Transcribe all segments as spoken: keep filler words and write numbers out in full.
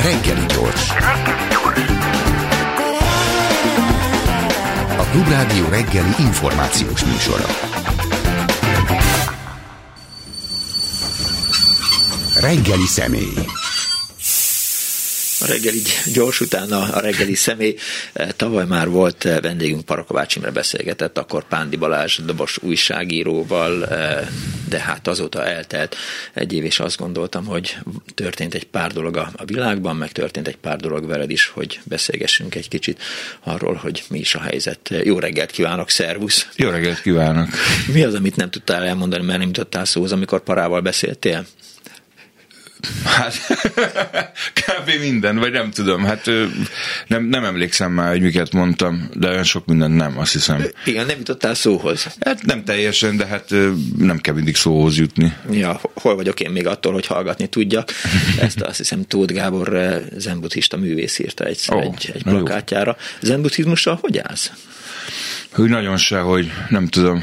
Reggeli gyors. A Klubrádió reggeli információs műsora. Reggeli személy. A reggeli gyors után a reggeli személy. Tavaly már volt vendégünk, Parakovács Imre beszélgetett, akkor Pándi Balázs dobos újságíróval, de hát azóta eltelt egy év, és azt gondoltam, hogy történt egy pár dolog a világban, meg történt egy pár dolog veled is, hogy beszélgessünk egy kicsit arról, hogy mi is a helyzet. Jó reggelt kívánok, szervusz! Jó reggelt kívánok! Mi az, amit nem tudtál elmondani, mert nem jutottál szóhoz, amikor Parával beszéltél? Hát kb. Minden, vagy nem tudom, hát nem, nem emlékszem már, hogy miket mondtam, de olyan sok mindent nem, azt hiszem. Igen, nem jutottál szóhoz. Hát nem teljesen, de hát nem kell mindig szóhoz jutni. Ja, hol vagyok én még attól, hogy hallgatni tudjak. Ezt azt hiszem Tóth Gábor zenbuddhista művész írta egy, oh, egy, egy plakátjára. Zenbuddhizmussal hogy állsz? Hogy nagyon sehogy, nem tudom.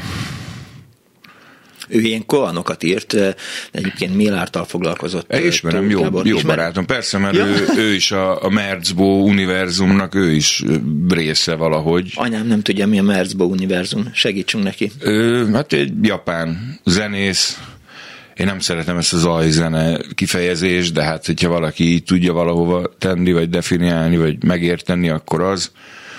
Ő ilyen koanokat írt, de egyébként Mélárttal foglalkozott. É, ismerem, jó, jó barátom. Persze, mert ja. ő, ő is a, a Merzbow univerzumnak, ő is része valahogy. Anyám nem tudja, mi a Merzbow univerzum. Segítsünk neki. Ő, hát egy japán zenész. Én nem szeretem ezt az zajzene kifejezést, de hát, hogyha valaki így tudja valahova tenni, vagy definiálni, vagy megérteni, akkor az.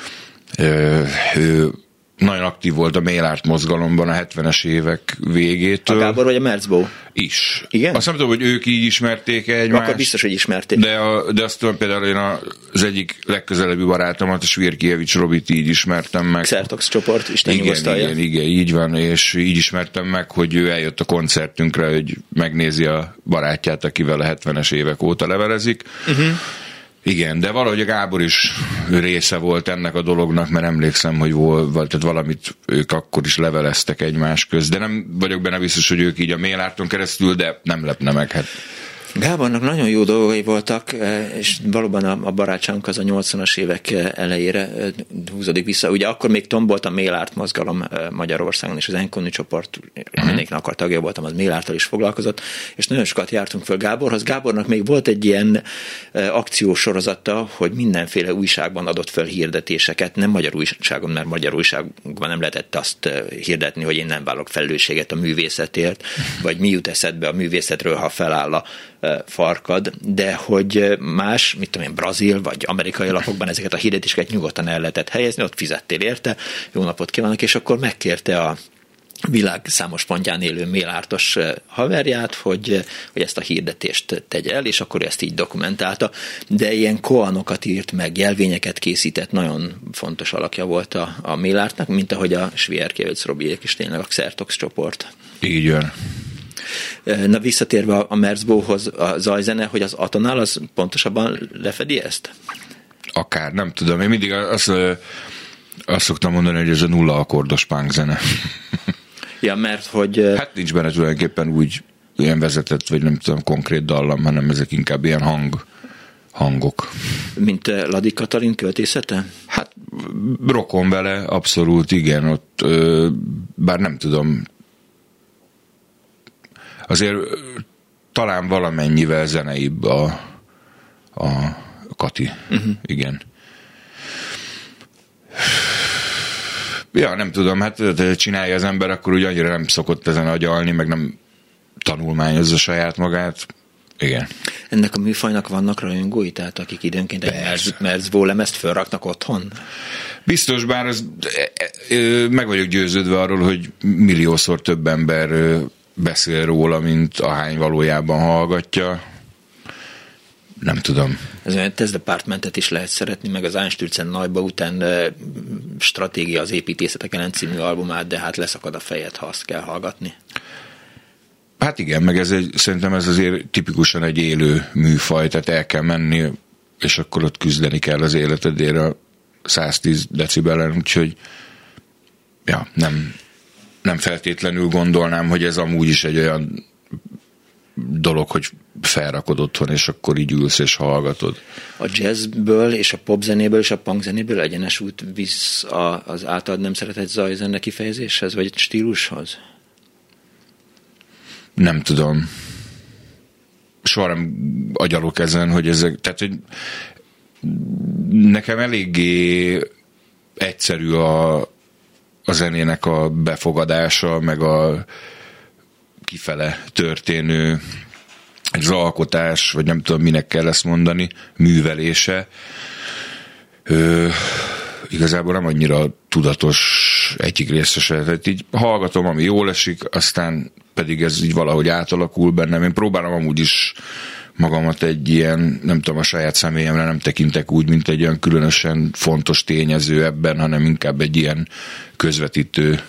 Ő, ő nagyon aktív volt a Mélárt mozgalomban a hetvenes évek végétől. A Gábor vagy a Merzbow? Is. Igen? Azt nem tudom, hogy ők így ismerték egymást. Akkor biztos, hogy ismerték. De, a, de azt tudom, például én az egyik legközelebbi barátomat, a Svirkijevics Robit így ismertem meg. Xertox csoport, Isten igen, nyugosztalja. igen, igen, így van, és így ismertem meg, hogy ő eljött a koncertünkre, hogy megnézi a barátját, akivel a hetvenes évek óta levelezik. Uh-huh. Igen, de valahogy a Gábor is része volt ennek a dolognak, mert emlékszem, hogy volt, tehát valamit ők akkor is leveleztek egymás közt, de nem vagyok benne biztos, hogy ők így a Mélárton keresztül, de nem lepne meg. Hát. Gábornak nagyon jó dolgai voltak, és valóban a barátságunk az a nyolcvanas évek elejére húzódik vissza. Ugye akkor még tombolt a Mélárt mozgalom Magyarországon, és az Enkoni csoport, mindenki akar tagja voltam, az Mélárttal is foglalkozott, és nagyon sokat jártunk föl Gáborhoz. Gábornak még volt egy ilyen akciósorozata, hogy mindenféle újságban adott föl hirdetéseket, nem magyar újságon, mert magyar újságban nem lehetett azt hirdetni, hogy én nem vállalok felelősséget a művészetért, vagy mi jut eszedbe a művészetről, ha feláll a farkad, de hogy más, mit tudom én, brazil vagy amerikai lapokban ezeket a hirdetéseket nyugodtan el lehetett helyezni, ott fizettél érte, jó napot kívánok, és akkor megkérte a világ számos pontján élő Mélártos haverját, hogy, hogy ezt a hirdetést tegye el, és akkor ezt így dokumentálta, de ilyen koanokat írt meg, jelvényeket készített, nagyon fontos alakja volt a, a Mélártnak, mint ahogy a Svirkijevics Robiék is tényleg a Xertox csoport. Így van. Na visszatérve a Merzbowhoz, a zajzene, hogy az Atonál az pontosabban lefedi ezt? Akár, nem tudom. Én mindig azt, azt szoktam mondani, hogy ez a nulla akkordos punk zene. Ja, mert hogy... Hát nincs benne tulajdonképpen úgy ilyen vezetett, vagy nem tudom, konkrét dallam, hanem ezek inkább ilyen hang, hangok. Mint Lady Katalin költészete? Hát rokon vele, abszolút, igen. Ott, bár nem tudom, azért talán valamennyivel zeneibb a, a Kati. Uh-huh. Igen. Ja, nem tudom, hát csinálja az ember, akkor úgy annyira nem szokott ezen agyalni, meg nem tanulmányozza saját magát. Igen. Ennek a műfajnak vannak rajongói, tehát akik időnként egy Merzbow lemezt fölraknak otthon? Biztos, bár az, meg vagyok győződve arról, hogy milliószor több ember beszél róla, mint ahány valójában hallgatja. Nem tudom. Ez olyan Test Departmentet is lehet szeretni, meg az Einstürzen Neuba után Stratégia az építészetek ellen című albumát, de hát leszakad a fejed, ha azt kell hallgatni. Hát igen, meg ez egy, szerintem ez azért tipikusan egy élő műfaj, tehát el kell menni, és akkor ott küzdeni kell az életedért a száztíz decibelen, úgyhogy ja, nem, nem feltétlenül gondolnám, hogy ez amúgy is egy olyan dolog, hogy felrakod otthon, és akkor így ülsz és hallgatod. A jazzből és a popzenéből és a punkzenéből egyenes út visz az általad nem szeretett zajzene kifejezéshez, vagy stílushoz? Nem tudom. soha nem agyalok ezen, hogy ezek, tehát, hogy nekem eléggé egyszerű a, a zenének a befogadása, meg a kifele történő az alkotás, vagy nem tudom, minek kell ezt mondani, művelése. Ö, igazából nem annyira tudatos egyik részese. Tehát így hallgatom, ami jól esik, aztán pedig ez így valahogy átalakul bennem. Én próbálom amúgy is magamat egy ilyen, nem tudom, a saját személyemre nem tekintek úgy, mint egy olyan különösen fontos tényező ebben, hanem inkább egy ilyen közvetítő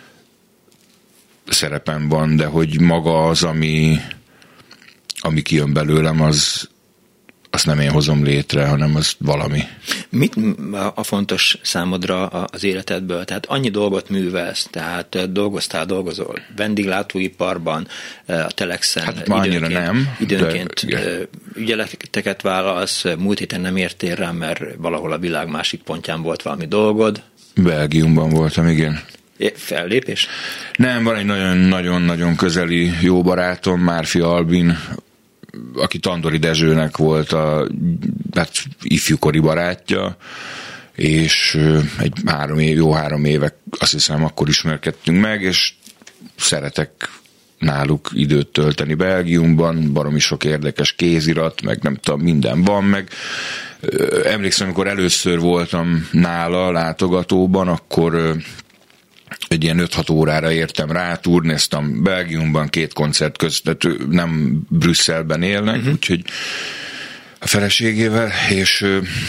szerepem van, de hogy maga az, ami, ami kijön belőlem, az azt nem én hozom létre, hanem az valami. Mit a fontos számodra az életedből? Tehát annyi dolgot művelsz, tehát dolgoztál, dolgozol vendéglátóiparban, a Telexen, hát időnként, nem, időnként de, ügyeleteket vállalsz, múlt héten nem értél rá, mert valahol a világ másik pontján volt valami dolgod. Belgiumban voltam, igen. Fellépés? Nem, van egy nagyon-nagyon-nagyon közeli jó barátom, Márfi Albin, aki Tandori Dezsőnek volt a hát, ifjúkori barátja, és egy három év, jó három évek, azt hiszem, akkor ismerkedtünk meg, és szeretek náluk időt tölteni Belgiumban, baromi sok érdekes kézirat, meg nem tudom, minden van, meg emlékszem, amikor először voltam nála látogatóban, akkor egy ilyen öt-hat órára értem rá, turnéztam Belgiumban, két koncert között, nem Brüsszelben élnek, uh-huh. úgyhogy a feleségével, és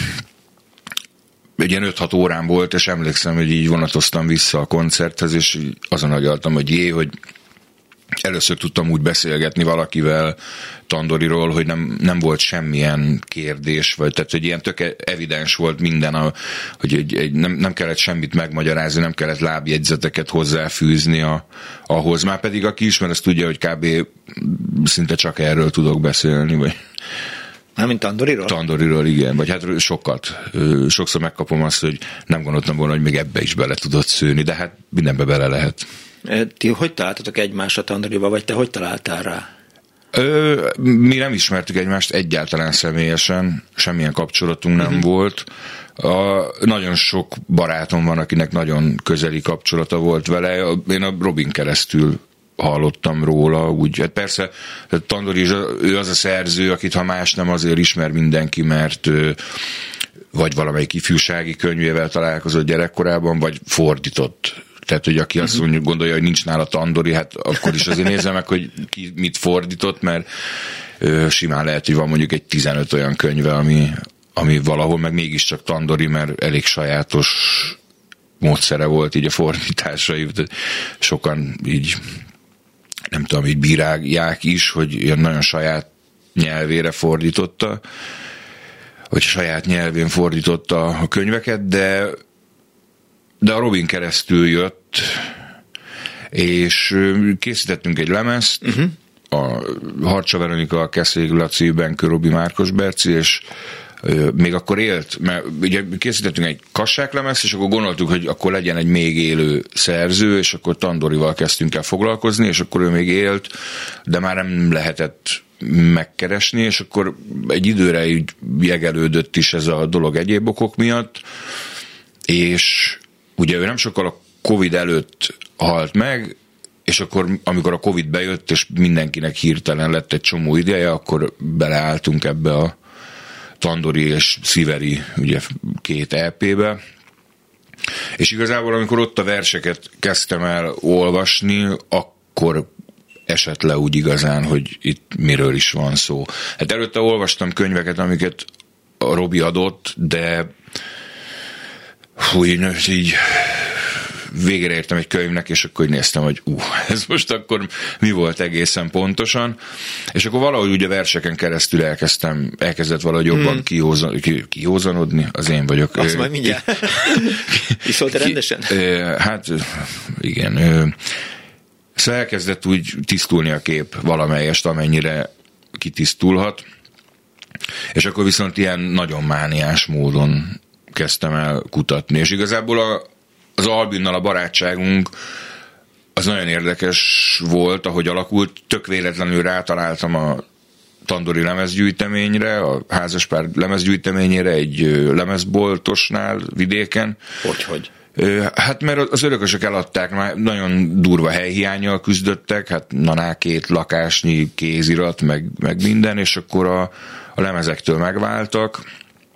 egy ilyen öt-hat órán volt, és emlékszem, hogy így vonatoztam vissza a koncerthez, és azon agyaltam, hogy jé, hogy először tudtam úgy beszélgetni valakivel Tandoriról, hogy nem, nem volt semmilyen kérdés, vagy tehát, hogy ilyen tök evidens volt minden, a, hogy egy, egy, nem, nem kellett semmit megmagyarázni, nem kellett lábjegyzeteket hozzáfűzni a, ahhoz. Már pedig aki ismer, azt tudja, hogy kb. Szinte csak erről tudok beszélni, vagy... Mármint Tandoriról? Tandoriról, igen, vagy hát sokat. Sokszor megkapom azt, hogy nem gondoltam volna, hogy még ebbe is bele tudod szőni, de hát mindenbe bele lehet. Ti hogy találtatok egymásra Tandorival, vagy te hogy találtál rá? Ö, mi nem ismertük egymást egyáltalán személyesen, semmilyen kapcsolatunk nem uh-huh. volt. A, nagyon sok barátom van, akinek nagyon közeli kapcsolata volt vele. Én a Robin keresztül hallottam róla, úgy, hát persze Tandori, ő az a szerző, akit ha más nem azért ismer mindenki, mert ő, vagy valamelyik ifjúsági könyvével találkozott gyerekkorában, vagy fordított. Tehát, hogy aki azt mondja, gondolja, hogy nincs nála Tandori, hát akkor is azért nézze meg, hogy ki mit fordított, mert ö, simán lehet, hogy van mondjuk egy tizenöt olyan könyve, ami, ami valahol meg mégiscsak Tandori, mert elég sajátos módszere volt így a fordításai. Sokan így, nem tudom, így bírálják is, hogy ilyen nagyon saját nyelvére fordította, vagy saját nyelvén fordította a könyveket, de de a Robin keresztül jött, és készítettünk egy lemezt, uh-huh. a Harcsa Veronika, a Keszély Laci, Benkő Robi, Márkos Berci, és még akkor élt, mert ugye készítettünk egy kassáklemezt, és akkor gondoltuk, hogy akkor legyen egy még élő szerző, és akkor Tandorival kezdtünk el foglalkozni, és akkor ő még élt, de már nem lehetett megkeresni, és akkor egy időre így jegelődött is ez a dolog egyéb okok miatt, és ugye ő nem sokkal a Covid előtt halt meg, és akkor, amikor a Covid bejött, és mindenkinek hirtelen lett egy csomó ideje, akkor beleálltunk ebbe a Tandori és Sziveri ugye két é pé-be, és igazából amikor ott a verseket kezdtem el olvasni, akkor esett le úgy igazán, hogy itt miről is van szó. Hát előtte olvastam könyveket, amiket a Robi adott, de hú, így végére értem egy könyvnek, és akkor néztem, hogy ú, ez most akkor mi volt egészen pontosan, és akkor valahogy ugye verseken keresztül elkezdtem, elkezdett valahogy jobban hmm. kijózan, ki, kijózanodni, az én vagyok. Azt majd mindjárt. Iszoltál rendesen? Hát igen. Szóval elkezdett úgy tisztulni a kép valamelyest, amennyire kitisztulhat, és akkor viszont ilyen nagyon mániás módon kezdtem el kutatni, és igazából a, az Albinnal a barátságunk az nagyon érdekes volt, ahogy alakult, tök véletlenül rátaláltam a Tandori lemezgyűjteményre, a házaspár lemezgyűjteményére egy lemezboltosnál vidéken. Hogyhogy? Hát mert az örökösök eladták, már nagyon durva helyhiánnyal küzdöttek, hát nanákét, lakásnyi kézirat, meg, meg minden, és akkor a, a lemezektől megváltak,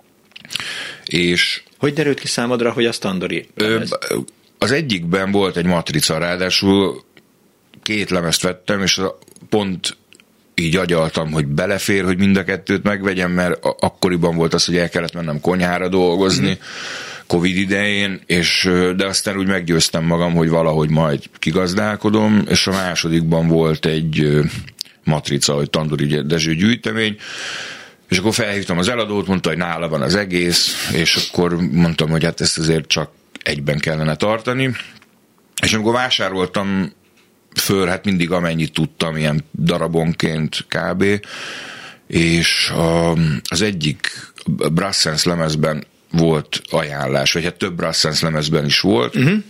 és... Hogy derült ki számodra, hogy az Tandori lemez? Az egyikben volt egy matrica, ráadásul két lemezt vettem, és pont így agyaltam, hogy belefér, hogy mind a kettőt megvegyem, mert akkoriban volt az, hogy el kellett mennem konyhára dolgozni, mm. Covid idején, és, de aztán úgy meggyőztem magam, hogy valahogy majd kigazdálkodom, és a másodikban volt egy matrica, hogy Tandori Dezső gyűjtemény, és akkor felhívtam az eladót, mondta, hogy nála van az egész, és akkor mondtam, hogy hát ezt azért csak egyben kellene tartani, és amikor vásároltam föl, hát mindig amennyit tudtam, ilyen darabonként kb. És a, az egyik Brassens lemezben volt ajánlás, vagy hát több Brassens lemezben is volt, uh-huh.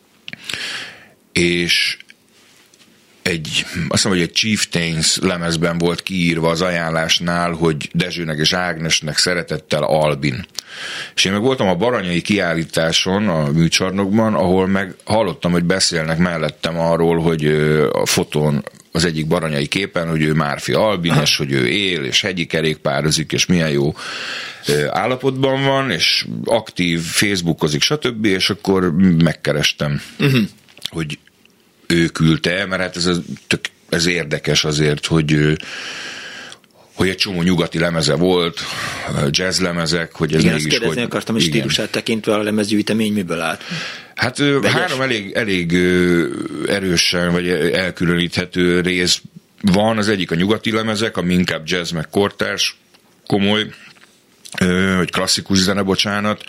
és egy, azt mondom, hogy egy Chieftains lemezben volt kiírva az ajánlásnál, hogy Dezsőnek és Ágnesnek szeretettel Albin. És én meg voltam a baranyai kiállításon a műcsarnokban, ahol meg hallottam, hogy beszélnek mellettem arról, hogy a fotón az egyik baranyai képen, hogy ő Márfi Albin, és hogy ő él, és hegyi kerékpározik, és milyen jó állapotban van, és aktív, Facebookozik, stb., és akkor megkerestem, uh-huh. hogy ő küldte, mert hát ez, tök, ez érdekes azért, hogy, hogy egy csomó nyugati lemeze volt, jazz lemezek, hogy ez igen, mégis... Igen, azt kérdezni akartam, hogy stílusát tekintve a lemezgyűjtemény miből állt? Hát Vegyes. három elég, elég erősen, vagy elkülöníthető rész van, az egyik a nyugati lemezek, ami inkább jazz, meg kortárs, komoly, vagy klasszikus zene, bocsánat.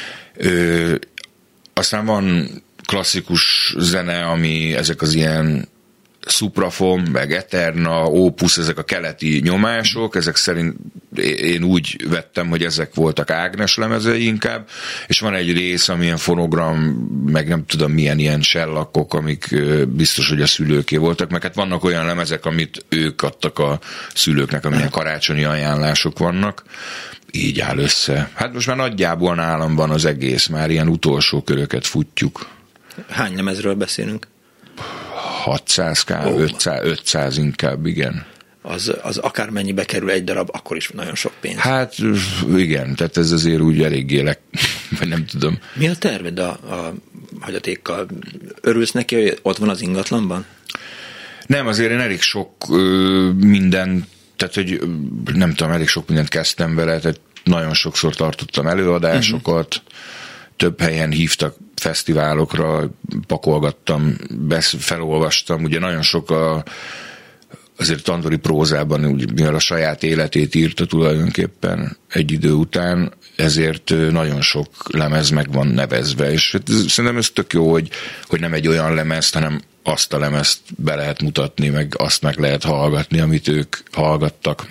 Aztán van klasszikus zene, ami ezek az ilyen Suprafon, meg Eterna, Opus, ezek a keleti nyomások, ezek szerint én úgy vettem, hogy ezek voltak Ágnes lemezei inkább, és van egy rész, amilyen fonogram, meg nem tudom milyen ilyen sellakok, amik biztos, hogy a szülőké voltak, meg hát vannak olyan lemezek, amit ők adtak a szülőknek, amilyen karácsonyi ajánlások vannak, így áll össze. Hát most már nagyjából nálam van az egész, már ilyen utolsó köröket futjuk. Hány lemezről beszélünk? hatszáz ká, oh. ötszáz, ötszáz inkább, igen. Az, az akármennyibe kerül egy darab, akkor is nagyon sok pénz. Hát igen, tehát ez azért úgy eléggé le, vagy nem tudom. Mi a terved a, a hagyatékkal? Örülsz neki, hogy ott van az ingatlanban? Nem, azért én elég sok ö, minden, tehát hogy nem tudom, elég sok mindent kezdtem vele, tehát nagyon sokszor tartottam előadásokat, uh-huh. több helyen hívtak fesztiválokra, pakolgattam, besz, felolvastam, ugye nagyon sok a, azért Tandori prózában, úgy, mivel a saját életét írta tulajdonképpen egy idő után, ezért nagyon sok lemez meg van nevezve, és hát szerintem ez tök jó, hogy, hogy nem egy olyan lemezt, hanem azt a lemezt be lehet mutatni, meg azt meg lehet hallgatni, amit ők hallgattak.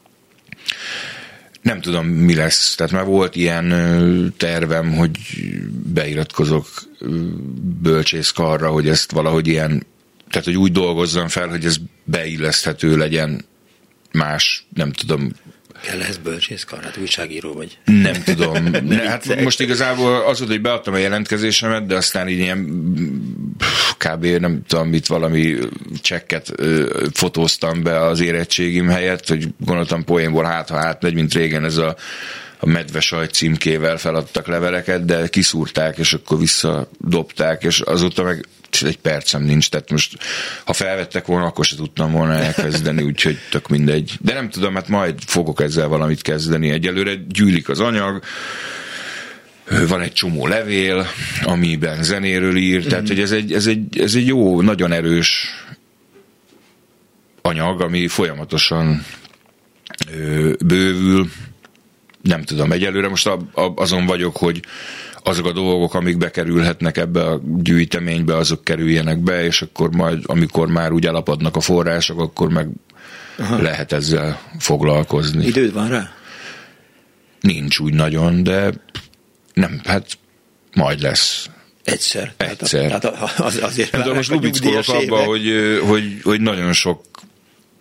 Nem tudom, mi lesz. Tehát már volt ilyen tervem, hogy beiratkozok bölcsészkarra, hogy ezt valahogy ilyen, tehát hogy úgy dolgozzam fel, hogy ez beilleszthető legyen más, nem tudom. Kell ez bölcsészkar? Hát újságíró vagy. Nem tudom. ne, hát most igazából az volt, hogy beadtam a jelentkezésemet, de aztán így ilyen kb. Nem tudom mit, valami csekket ö, fotóztam be az érettségim helyett, hogy gondoltam poénból hát, ha átmegy, mint régen ez a, a medvesajt címkével feladtak leveleket, de kiszúrták, és akkor visszadobták, és azóta meg egy percem nincs, tehát most ha felvettek volna, akkor se tudtam volna elkezdeni, úgyhogy tök mindegy. De nem tudom, hát majd fogok ezzel valamit kezdeni. Egyelőre gyűlik az anyag, van egy csomó levél, amiben zenéről ír, mm-hmm. tehát hogy ez egy, ez, egy, ez egy jó, nagyon erős anyag, ami folyamatosan ö, bővül. Nem tudom, egyelőre most a, a, azon vagyok, hogy azok a dolgok, amik bekerülhetnek ebbe a gyűjteménybe, azok kerüljenek be, és akkor majd, amikor már úgy elapadnak a források, akkor meg aha. lehet ezzel foglalkozni. Időd van rá? Nincs úgy nagyon, de nem, hát majd lesz. Egyszer. Egyszer. Tehát az, azért de most lubickolok abba, hogy, hogy, hogy nagyon sok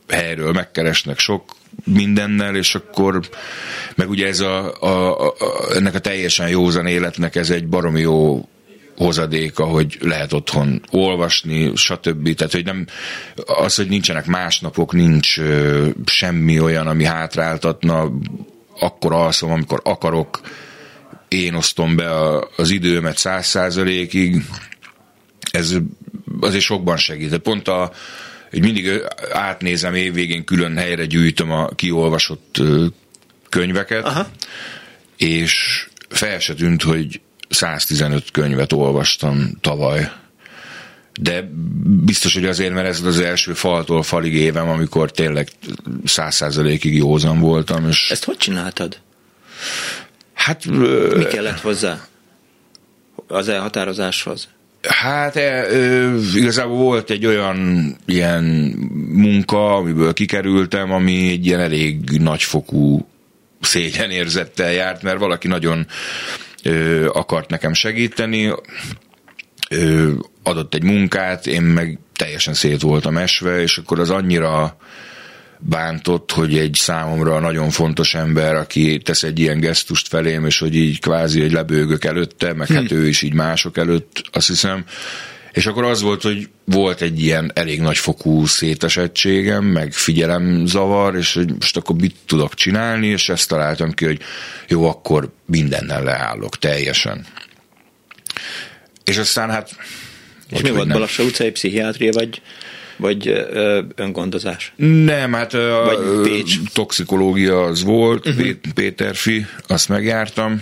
helyről megkeresnek sok mindennel, és akkor meg ugye ez a, a, a, ennek a teljesen józan életnek ez egy baromi jó hozadéka, hogy lehet otthon olvasni, stb. Tehát, hogy nem, az, hogy nincsenek másnapok, nincs ö, semmi olyan, ami hátráltatna, akkor alszom, amikor akarok, én osztom be a, az időmet száz százalékig, ez azért sokban segít. Pont a, hogy mindig átnézem, évvégén külön helyre gyűjtöm a kiolvasott könyveket, aha, és fel se tűnt, hogy száztizenöt könyvet olvastam tavaly. De biztos, hogy azért, mert ez az első faltól falig évem, amikor tényleg száz százalékig józan voltam. És ezt hogy csináltad? Hát... Mi kellett hozzá az elhatározáshoz? Hát e, e, igazából volt egy olyan ilyen munka, amiből kikerültem, ami egy ilyen elég nagyfokú szégyenérzettel járt, mert valaki nagyon ö, akart nekem segíteni, ö, adott egy munkát, én meg teljesen szét voltam esve, és akkor az annyira bántott, hogy egy számomra nagyon fontos ember, aki tesz egy ilyen gesztust felém, és hogy így kvázi egy lebőgök előtte, meg hm. hát ő is így mások előtt, azt hiszem. És akkor az volt, hogy volt egy ilyen elég nagyfokú szétesettségem, meg figyelemzavar, és hogy most akkor mit tudok csinálni, és ezt találtam ki, hogy jó, akkor mindennel leállok, teljesen. És aztán hát... És mi volt, Balassa utcai pszichiátria, vagy... Vagy ö, öngondozás? Nem, hát a toxikológia az volt, uh-huh. Péterfi, azt megjártam,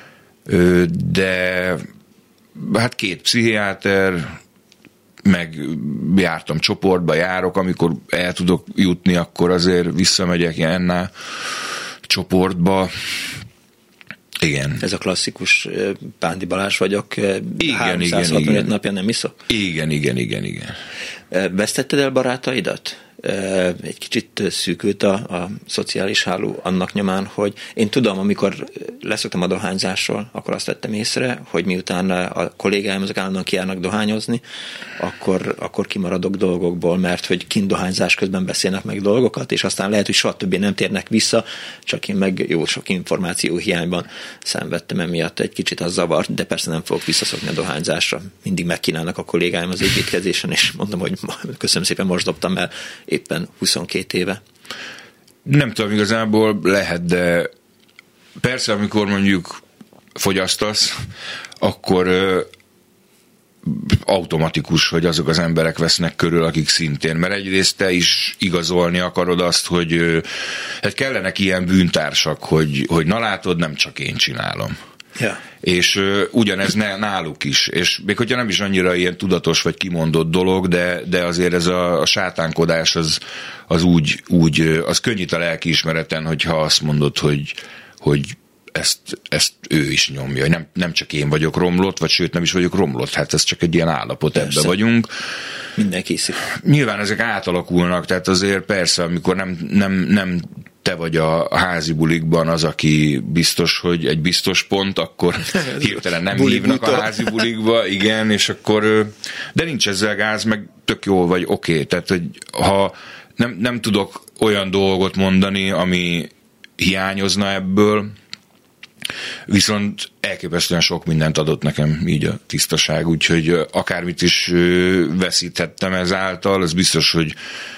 de hát két pszichiáter, meg jártam csoportba, járok, amikor el tudok jutni, akkor azért visszamegyek ilyen csoportba. Igen. Ez a klasszikus Pándi Balázs vagyok, igen, háromszázhatvanöt igen, igen. napja nem iszok. Igen, igen, igen, igen. Vesztetted el barátaidat? Egy kicsit szűkült a, a szociális háló annak nyomán, hogy én tudom, amikor leszoktam a dohányzásról, akkor azt vettem észre, hogy miután a kollégáim azok állandóan kijárnak dohányozni, akkor, akkor kimaradok dolgokból, mert hogy kint dohányzás közben beszélnek meg dolgokat, és aztán lehet, hogy soha többé nem térnek vissza, csak én meg jó sok információ hiányban szenvedtem emiatt egy kicsit az zavart, de persze nem fogok visszaszokni a dohányzásra. Mindig megkínálnak a kollégáim az építkezésen, és mondom, hogy köszönöm szépen, most dobtam el éppen huszonkét éve. Nem tudom, igazából lehet, de persze, amikor mondjuk fogyasztasz, akkor ö, automatikus, hogy azok az emberek vesznek körül, akik szintén, mert egyrészt te is igazolni akarod azt, hogy ö, hát kellenek ilyen bűntársak, hogy, hogy na látod, nem csak én csinálom. Ja. És uh, ugyanez ne, náluk is, és még hogyha nem is annyira ilyen tudatos vagy kimondott dolog, de, de azért ez a, a sátánkodás az, az úgy, úgy, az könnyít a lelkiismereten, hogyha azt mondod, hogy, hogy ezt, ezt ő is nyomja, nem, nem csak én vagyok romlott, vagy sőt nem is vagyok romlott, hát ez csak egy ilyen állapot, persze. Ebbe vagyunk. Mindenki hiszik. Nyilván ezek átalakulnak, tehát azért persze, amikor nem, nem, nem te vagy a házi bulikban az, aki biztos, hogy egy biztos pont, akkor hirtelen nem hívnak a házi bulikba, igen, és akkor, de nincs ezzel gáz, meg tök jó vagy, oké, okay. Tehát, hogy ha nem, nem tudok olyan dolgot mondani, ami hiányozna ebből, viszont elképesztően sok mindent adott nekem így a tisztaság, úgyhogy akármit is veszíthettem ezáltal, az biztos, hogy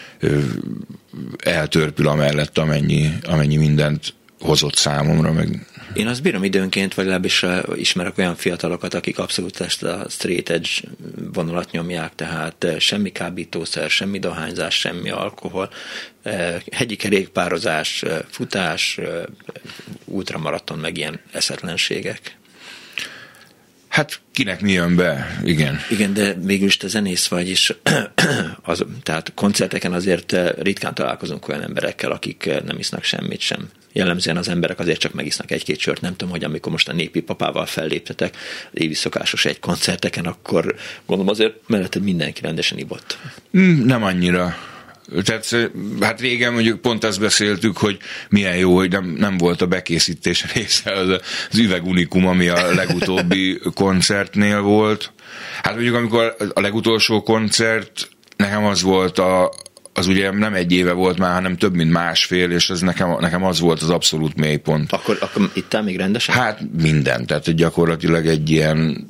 eltörpül amellett, amennyi, amennyi mindent hozott számomra. Meg. Én azt bírom időnként, vagy legalábbis ismerek olyan fiatalokat, akik abszolút ezt a straight edge vonalat nyomják, tehát semmi kábítószer, semmi dohányzás, semmi alkohol, hegyi kerékpározás, futás, ultramaraton, meg ilyen eszetlenségek. Hát kinek mi jön be, igen. Igen, de végülis te zenész vagy, és az, tehát koncerteken azért ritkán találkozunk olyan emberekkel, akik nem isznak semmit sem. Jellemzően az emberek azért csak megisznak egy-két sört, nem tudom, hogy amikor most a népi papával felléptetek évi szokásos egy koncerteken, akkor gondolom azért melletted mindenki rendesen ivott. Mm, nem annyira. Tehát hát régen mondjuk pont azt beszéltük, hogy milyen jó, hogy nem, nem volt a bekészítés része az, az üvegunikum, ami a legutóbbi koncertnél volt. Hát mondjuk amikor a legutolsó koncert, nekem az volt a, az ugye nem egy éve volt már, hanem több mint másfél, és ez nekem, nekem az volt az abszolút mélypont. Akkor, akkor ittál még rendesen? Hát minden, tehát gyakorlatilag egy ilyen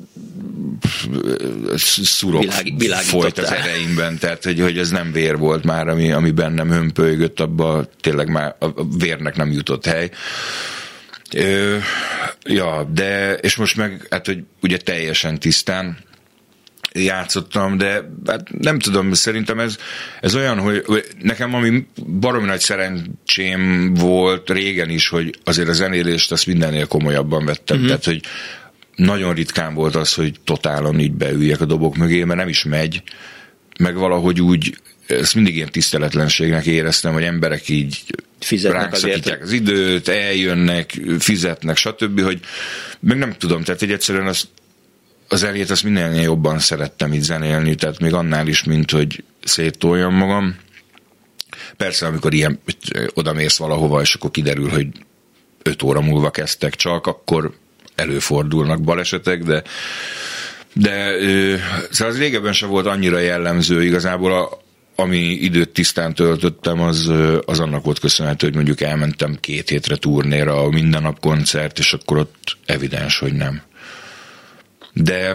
szurok Világ, folyt az ereimben, tehát hogy, hogy ez nem vér volt már, ami, ami bennem hömpölygött, abba tényleg már a vérnek nem jutott hely. Ö, ja, de, és most meg, hát hogy ugye teljesen tisztán játszottam, de hát nem tudom, szerintem ez, ez olyan, hogy nekem ami baromi nagy szerencsém volt régen is, hogy azért a zenélést azt mindennél komolyabban vettem, mm-hmm. tehát hogy nagyon ritkán volt az, hogy totálon így beüljek a dobok mögé, mert nem is megy, meg valahogy úgy, ezt mindig ilyen tiszteletlenségnek éreztem, hogy emberek így ránk szakítják az időt, eljönnek, fizetnek, stb., hogy meg nem tudom, tehát egy egyszerűen az, az elét azt mindennél jobban szerettem így zenélni, tehát még annál is, mint hogy széttoljam magam. Persze, amikor ilyen odamész valahova, és akkor kiderül, hogy öt óra múlva kezdtek csak, akkor előfordulnak balesetek, de de szóval az régebben sem volt annyira jellemző, igazából a, ami időt tisztán töltöttem, az, az annak volt köszönhető, hogy mondjuk elmentem két hétre turnéra, a minden nap koncert, és akkor ott evidens, hogy nem. De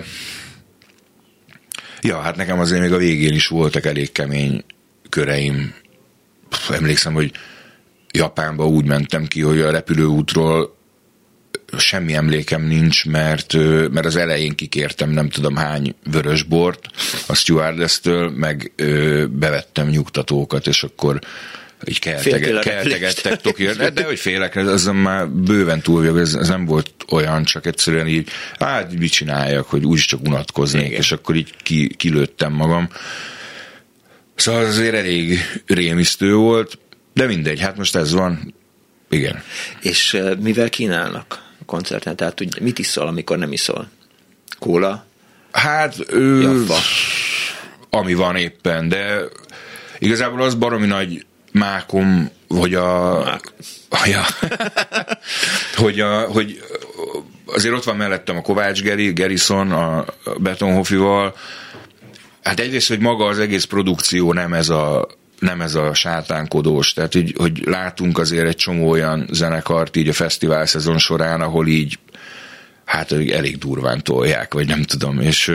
ja, hát nekem azért még a végén is voltak elég kemény köreim. Emlékszem, hogy Japánba úgy mentem ki, hogy a repülőútról semmi emlékem nincs, mert, mert az elején kikértem nem tudom hány vörösbort a stewardesstől, meg ö, bevettem nyugtatókat, és akkor így keltege, keltegettek Tokióra. De hogy félek, ez már bőven túl vagyok, ez, ez nem volt olyan, csak egyszerűen így, hát mit csináljak, hogy úgyis csak unatkoznék, igen. És akkor így ki, kilőttem magam. Szóval azért elég rémisztő volt, de mindegy, hát most ez van, igen. És mivel kínálnak a koncerten? Tehát hogy mit iszol, amikor nem iszol? Kóla? Hát, ö, ami van éppen, de igazából az baromi nagy mákom, hogy a... Mák. Ja, hogy, a, hogy azért ott van mellettem a Kovács Geri, Gerison, a Betonhoffival. Hát egyrészt, hogy maga az egész produkció nem ez a nem ez a sátánkodós, tehát hogy, hogy látunk azért egy csomó olyan zenekart így a fesztivál szezon során, ahol így hát elég durván tolják, vagy nem tudom, és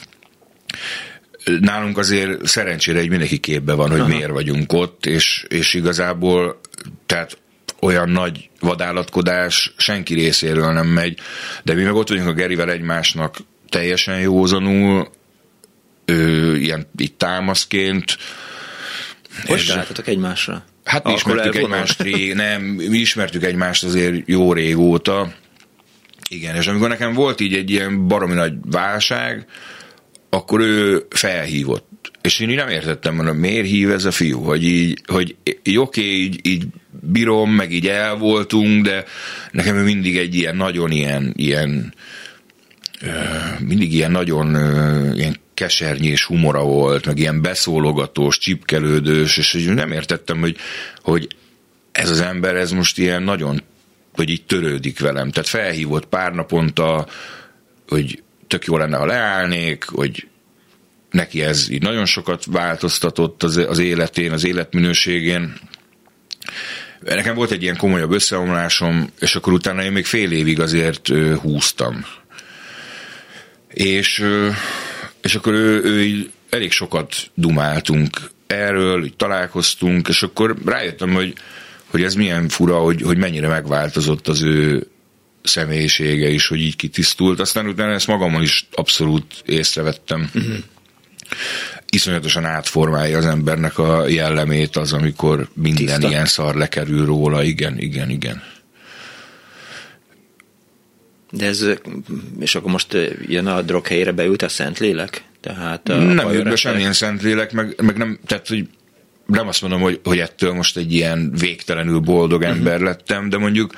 nálunk azért szerencsére egy mindenki képbe van, hogy aha. Miért vagyunk ott, és, és igazából tehát olyan nagy vadállatkodás senki részéről nem megy, de mi meg ott vagyunk a Gerivel egymásnak teljesen józanul, ő, ilyen így támaszként. Hogy találtatok egymásra? Hát mi ismertük egymást rég, nem, mi ismertük egymást azért jó régóta. Igen, és amikor nekem volt így egy ilyen baromi nagy válság, akkor ő felhívott. És én így nem értettem, mondom, miért hív ez a fiú, hogy így, hogy oké, okay, így, így bírom, meg így el voltunk, de nekem ő mindig egy ilyen nagyon ilyen, ilyen mindig ilyen nagyon ilyen kesernyés humora volt, meg ilyen beszólogatós, csipkelődős, és nem értettem, hogy, hogy ez az ember, ez most ilyen nagyon, hogy így törődik velem. Tehát felhívott pár naponta, hogy tök jó lenne, ha leállnék, hogy neki ez így nagyon sokat változtatott az, az életén, az életminőségén. Nekem volt egy ilyen komolyabb összeomlásom, és akkor utána én még fél évig azért húztam. És, és akkor ő, ő így elég sokat dumáltunk erről, így találkoztunk, és akkor rájöttem, hogy, hogy ez milyen fura, hogy, hogy mennyire megváltozott az ő személyisége is, hogy így kitisztult. Aztán utána ezt magamon is abszolút észrevettem. Uh-huh. Iszonyatosan átformálja az embernek a jellemét az, amikor minden tiszta. Ilyen szar lekerül róla. Igen, igen, igen. De ez, és akkor most jön a drog helyére, beült a Szentlélek? Tehát a nem jött be semmilyen Szentlélek, meg, meg nem, tehát, hogy nem azt mondom, hogy, hogy ettől most egy ilyen végtelenül boldog ember uh-huh. lettem, de mondjuk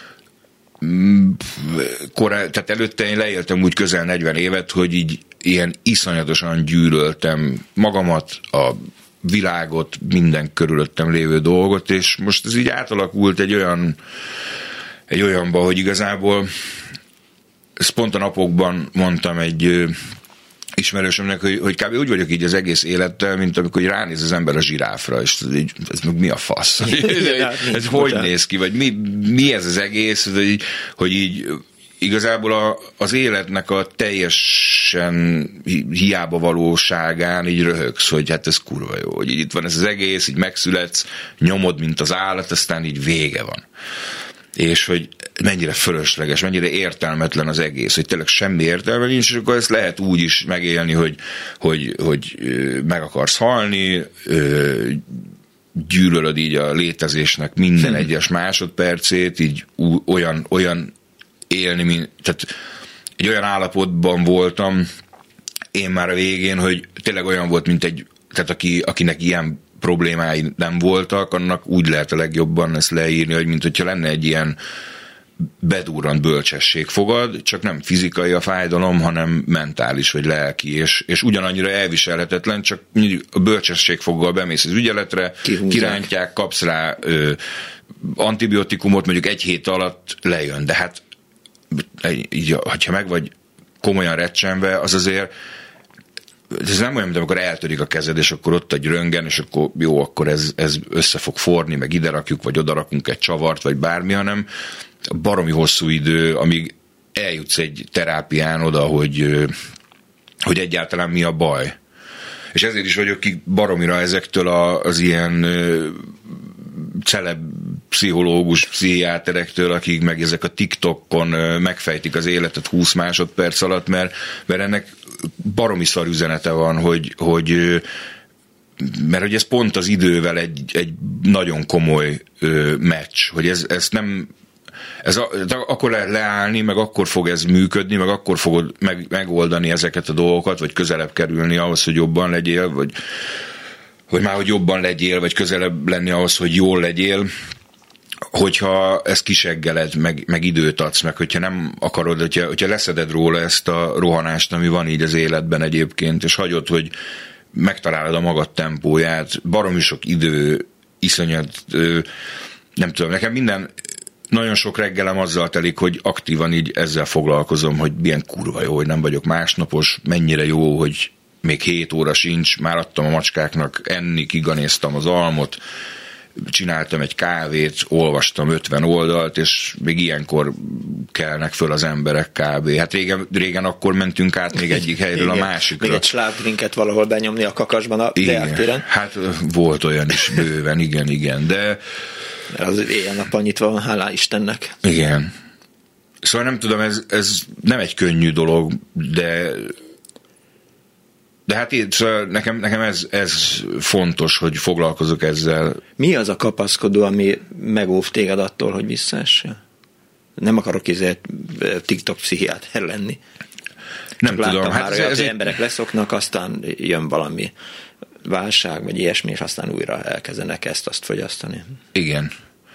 korán, tehát előtte én leéltem úgy közel negyven évet, hogy így ilyen iszonyatosan gyűlöltem magamat, a világot, minden körülöttem lévő dolgot, és most ez így átalakult egy olyan egy olyanba, hogy igazából ezt pont a napokban mondtam egy ismerősömnek, hogy, hogy kb. Úgy vagyok így az egész élettel, mint amikor ránéz az ember a zsiráfra, és így, ez meg mi a fasz? ez ez hogy néz ki? Vagy mi, mi ez az egész? Hogy így, hogy így igazából a, az életnek a teljesen hiába valóságán így röhögsz, hogy hát ez kurva jó, hogy így itt van ez az egész, így megszületsz, nyomod, mint az állat, aztán így vége van. És hogy mennyire fölösleges, mennyire értelmetlen az egész, hogy tényleg semmi értelme nincs, és akkor ezt lehet úgy is megélni, hogy, hogy, hogy meg akarsz halni, gyűlölöd így a létezésnek minden egyes másodpercét, így olyan, olyan élni, mint, tehát egy olyan állapotban voltam én már a végén, hogy tényleg olyan volt, mint egy, tehát aki, akinek ilyen problémái nem voltak, annak úgy lehet a legjobban ezt leírni, hogy mint hogyha lenne egy ilyen bedurrant bölcsesség fogad, csak nem fizikai a fájdalom, hanem mentális vagy lelki, és, és ugyanannyira elviselhetetlen, csak a bölcsességfoggal bemész az ügyeletre, kihúzzák, kirántják, kapsz rá ö, antibiotikumot, mondjuk egy hét alatt lejön, de hát így, ha meg vagy komolyan recsenve, az azért ez nem olyan, mint amikor eltörik a kezed, és akkor ott egy röntgen, és akkor jó, akkor ez, ez össze fog forni, meg ide rakjuk, vagy oda rakunk egy csavart, vagy bármi, hanem baromi hosszú idő, amíg eljutsz egy terápián oda, hogy, hogy egyáltalán mi a baj. És ezért is vagyok ki baromira ezektől az ilyen celeb pszichológus, pszichiáterektől, akik meg ezek a TikTokon megfejtik az életet húsz másodperc alatt, mert, mert ennek baromi szar üzenete van, hogy, hogy mert hogy ez pont az idővel egy, egy nagyon komoly ö, meccs, hogy ez, ez nem ez a, akkor lehet leállni, meg akkor fog ez működni, meg akkor fogod meg, megoldani ezeket a dolgokat, vagy közelebb kerülni ahhoz, hogy jobban legyél, vagy hogy már hogy jobban legyél, vagy közelebb lenni ahhoz, hogy jól legyél, hogyha ezt kiseggeled, meg, meg időt adsz, meg hogyha nem akarod, hogyha, hogyha leszeded róla ezt a rohanást, ami van így az életben egyébként, és hagyod, hogy megtalálod a magad tempóját, baromi sok idő, iszonyat, nem tudom, nekem minden, nagyon sok reggelem azzal telik, hogy aktívan így ezzel foglalkozom, hogy milyen kurva jó, hogy nem vagyok másnapos, mennyire jó, hogy még hét óra sincs, már adtam a macskáknak enni, kiganéztam az almot, csináltam egy kávét, olvastam ötven oldalt, és még ilyenkor kelnek föl az emberek kb. Hát régen, régen akkor mentünk át még egyik helyről a másikra. Még egy slágdrinket valahol benyomni a kakasban a Deák téren. Hát volt olyan is bőven, igen, igen, de az éjjel-nappal nyitva van, hálá Istennek. Igen. Szóval nem tudom, ez, ez nem egy könnyű dolog, de de hát így, szóval nekem, nekem ez, ez fontos, hogy foglalkozok ezzel. Mi az a kapaszkodó, ami megóv téged attól, hogy visszaessél? Nem akarok ezért TikTok pszichiáter lenni. Nem Csak tudom. Hát már ez, olyat, ez hogy egy... emberek leszoknak, aztán jön valami válság, vagy ilyesmi, és aztán újra elkezdenek ezt-azt fogyasztani. Igen.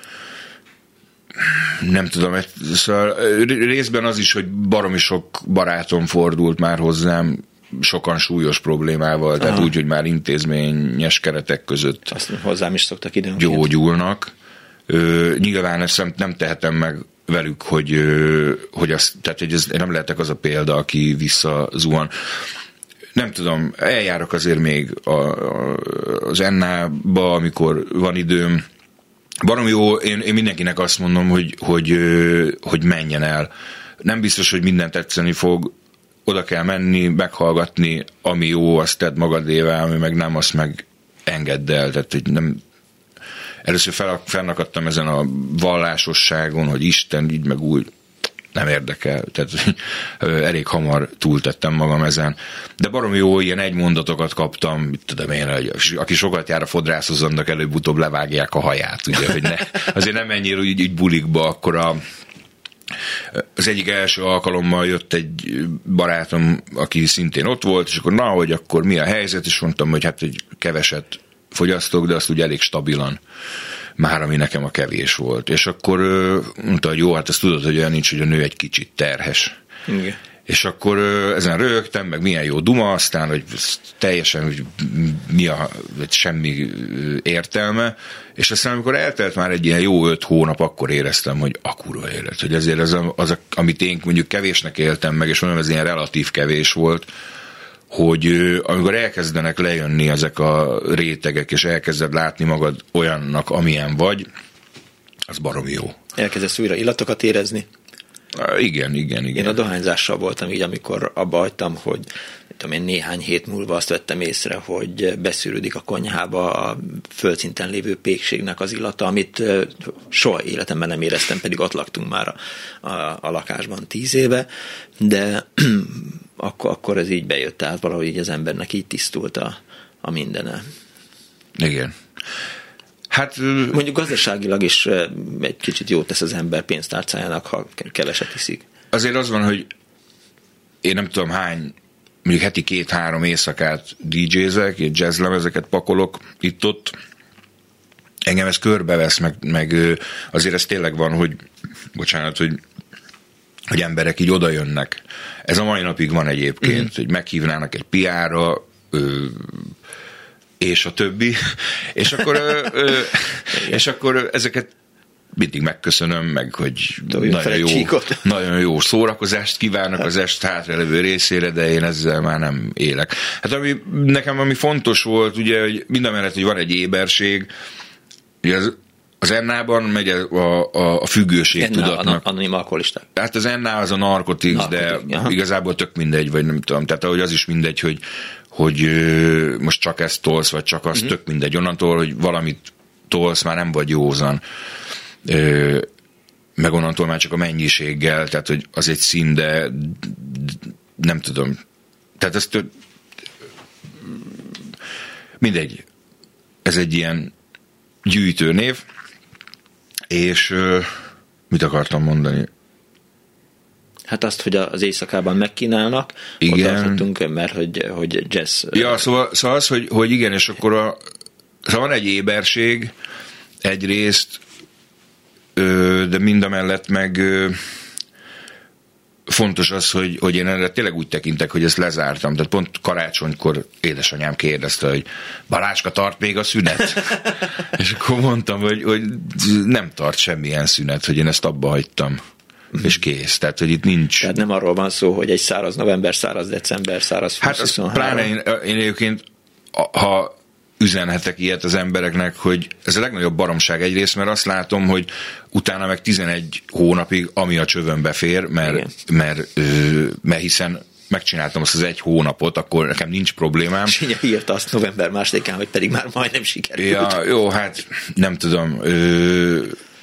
Nem tudom, szóval részben az is, hogy baromi sok barátom fordult már hozzám, sokan súlyos problémával, Aha. tehát úgy, hogy már intézményes keretek között azt hozzám is szoktak időnként gyógyulnak. Ö, nyilván ezt nem tehetem meg velük, hogy, ö, hogy, azt, tehát, hogy ez, nem lehetek az a példa, aki visszazuhan. Nem tudom, eljárok azért még a, a, az en á-ba, amikor van időm. Baromi jó, én, én mindenkinek azt mondom, hogy, hogy, hogy menjen el. Nem biztos, hogy mindent tetszeni fog, oda kell menni, meghallgatni, ami jó, azt tedd magadévá, ami meg nem, azt meg engedd el. Tehát, hogy nem... Először fel, fennakadtam ezen a vallásosságon, hogy Isten így meg úgy, nem érdekel. Tehát elég hamar túltettem magam ezen. De baromi jó, ilyen egy mondatokat kaptam, mit tudom én, hogy aki sokat jár a fodrászhoz, annak előbb-utóbb levágják a haját, ugye, hogy ne, azért nem menjél úgy, úgy bulikba, akkor a az egyik első alkalommal jött egy barátom, aki szintén ott volt, és akkor na, hogy akkor mi a helyzet, és mondtam, hogy hát egy keveset fogyasztok, de azt úgy elég stabilan, már ami nekem a kevés volt. És akkor mondta, hogy jó, hát ezt tudod, hogy olyan nincs, hogy a nő egy kicsit terhes. Igen. És akkor ezen röhögtem, meg milyen jó duma, aztán, hogy teljesen, hogy mi a, semmi értelme, és aztán amikor eltelt már egy ilyen jó öt hónap, akkor éreztem, hogy a kurva élet, hogy ezért az, a, az a, amit én mondjuk kevésnek éltem meg, és mondom, ez ilyen relatív kevés volt, hogy amikor elkezdenek lejönni ezek a rétegek, és elkezded látni magad olyannak, amilyen vagy, az baromi jó. Elkezdesz újra illatokat érezni? Igen, igen, igen. Én a dohányzással voltam így, amikor abba hagytam, hogy tudom én, néhány hét múlva azt vettem észre, hogy beszűrődik a konyhába a földszinten lévő pékségnek az illata, amit soha életemben nem éreztem, pedig ott laktunk már a, a, a lakásban tíz éve, de akkor, akkor ez így bejött, tehát valahogy így az embernek így tisztult a, a mindene. Igen. Hát, mondjuk gazdaságilag is egy kicsit jót tesz az ember pénztárcájának, ha keveset iszik. Azért az van, hogy én nem tudom hány, mondjuk heti két-három éjszakát dé jézek, egy jazzlemezeket pakolok itt-ott. Engem ez körbevesz, meg, meg azért ez tényleg van, hogy bocsánat, hogy, hogy emberek így oda jönnek. Ez a mai napig van egyébként, mm-hmm. hogy meghívnának egy piára, és a többi, és akkor, ö, ö, és akkor ezeket mindig megköszönöm, meg hogy nagyon jó, nagyon jó szórakozást kívánok az est hátralevő részére, de én ezzel már nem élek. Hát ami, nekem ami fontos volt, ugye, hogy mindamellett, hogy van egy éberség, ugye az, az en á-ban megy a, a, a függőség en á, tudatnak. Anonim alkoholisták. Hát az en á az a narkotik, de aha. igazából tök mindegy, vagy nem tudom, tehát ahogy az is mindegy, hogy hogy most csak ezt tolsz, vagy csak azt, mm-hmm. tök mindegy. Onnantól, hogy valamit tolsz, már nem vagy józan. Meg onnantól már csak a mennyiséggel, tehát, hogy az egy szín, de nem tudom. Tehát ezt mindegy. Ez egy ilyen gyűjtőnév, és mit akartam mondani? Hát azt, hogy az éjszakában megkínálnak, igen. Oda tudtunk, mert hogy, hogy jazz... Ja, szóval, szóval az, hogy, hogy igen, és akkor a, szóval van egy éberség egyrészt, de mindamellett meg fontos az, hogy, hogy én erre tényleg úgy tekintek, hogy ezt lezártam. Tehát pont karácsonykor édesanyám kérdezte, hogy Balázska, tart még a szünet? És akkor mondtam, hogy, hogy nem tart semmilyen szünet, hogy én ezt abba hagytam. És kész. Tehát, hogy itt nincs... Tehát nem arról van szó, hogy egy száraz november, száraz december, száraz hát az pláne én, én egyébként, ha üzenhetek ilyet az embereknek, hogy ez a legnagyobb baromság egyrészt, mert azt látom, hogy utána meg tizenegy hónapig, ami a csövönbe fér, mert, mert, mert hiszen megcsináltam azt az egy hónapot, akkor nekem nincs problémám. Sinya írta azt november másodikán, hogy pedig már majdnem sikerült. Ja, jó, hát nem tudom. Ö,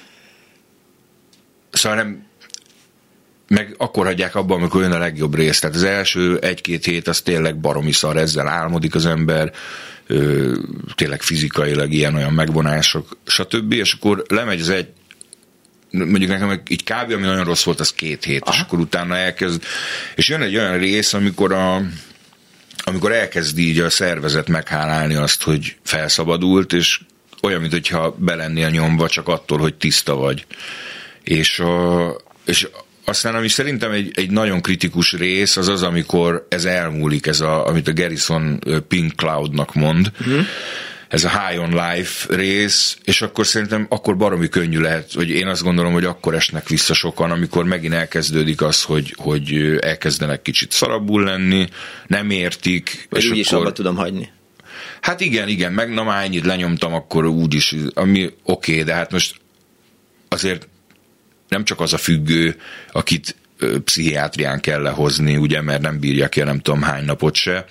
szóval nem meg akkor hagyják abban, amikor jön a legjobb rész. Tehát az első egy-két hét az tényleg baromi szar, ezzel álmodik az ember, ö, tényleg fizikailag ilyen-olyan megvonások, stb. És akkor lemegy az egy, mondjuk nekem így kb. Ami nagyon rossz volt, az két hét, aha. És akkor utána elkezd, és jön egy olyan rész, amikor a amikor elkezd így a szervezet meghálálni azt, hogy felszabadult, és olyan, mintha be lennél nyomva csak attól, hogy tiszta vagy. És a, és aztán, ami szerintem egy, egy nagyon kritikus rész, az az, amikor ez elmúlik, ez a, amit a Garrison Pink Cloudnak mond, mm. ez a High on Life rész, és akkor szerintem akkor baromi könnyű lehet, hogy én azt gondolom, hogy akkor esnek vissza sokan, amikor megint elkezdődik az, hogy, hogy elkezdenek kicsit szarabbul lenni, nem értik. Vagy és úgyis akkor... abba tudom hagyni. Hát igen, igen, meg na már ennyit lenyomtam, akkor úgyis, ami oké, okay, de hát most azért nem csak az a függő, akit ö, pszichiátrián kell lehozni, ugye, mert nem bírja ki nem tudom hány napot se.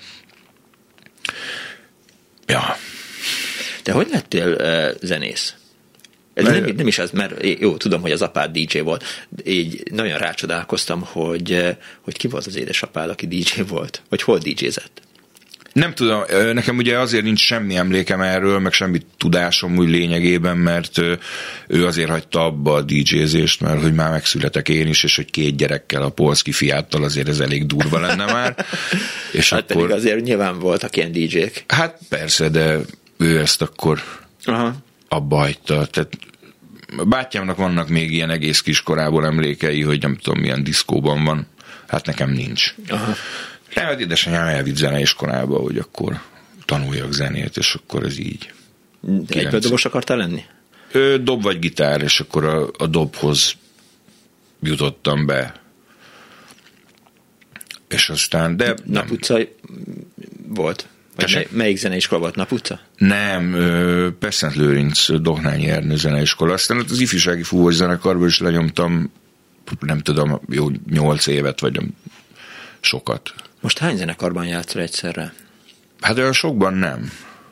Ja. Te hogy lettél uh, zenész? Ez nem, nem is az, mert jó, tudom, hogy az apád dé dzsé volt. Így nagyon rácsodálkoztam, hogy, hogy ki volt az édesapád, aki dé dzsé volt, vagy hol dé dzsézett? Nem tudom, nekem ugye azért nincs semmi emlékem erről, meg semmi tudásom úgy lényegében, mert ő azért hagyta abba a dé dzsézést, mert hogy már megszületek én is, és hogy két gyerekkel, a Polszki fiáttal azért ez elég durva lenne már. És hát akkor... pedig azért nyilván voltak ilyen dé dzsék. Hát persze, de ő ezt akkor aha. abba hagyta. Tehát bátyámnak vannak még ilyen egész kiskorából emlékei, hogy nem tudom milyen diszkóban van. Hát nekem nincs. Aha. Nem, hát édesanyám elvitt zeneiskolába, hogy akkor tanuljak zenét, és akkor ez így. Egyből dobos akartál lenni? Ö, dob vagy gitár, és akkor a, a dobhoz jutottam be. És aztán, de Naputca volt? Vagy mely, melyik zeneiskola volt? Naputca? Nem, Pesszent Lőrinc Dohnányi Ernő zeneiskola. Aztán az ifjúsági fúvós zenekarból is lenyomtam, nem tudom, jó nyolc évet, vagy nem sokat. Most hány zenekarban játszol egyszerre? Hát olyan sokban nem.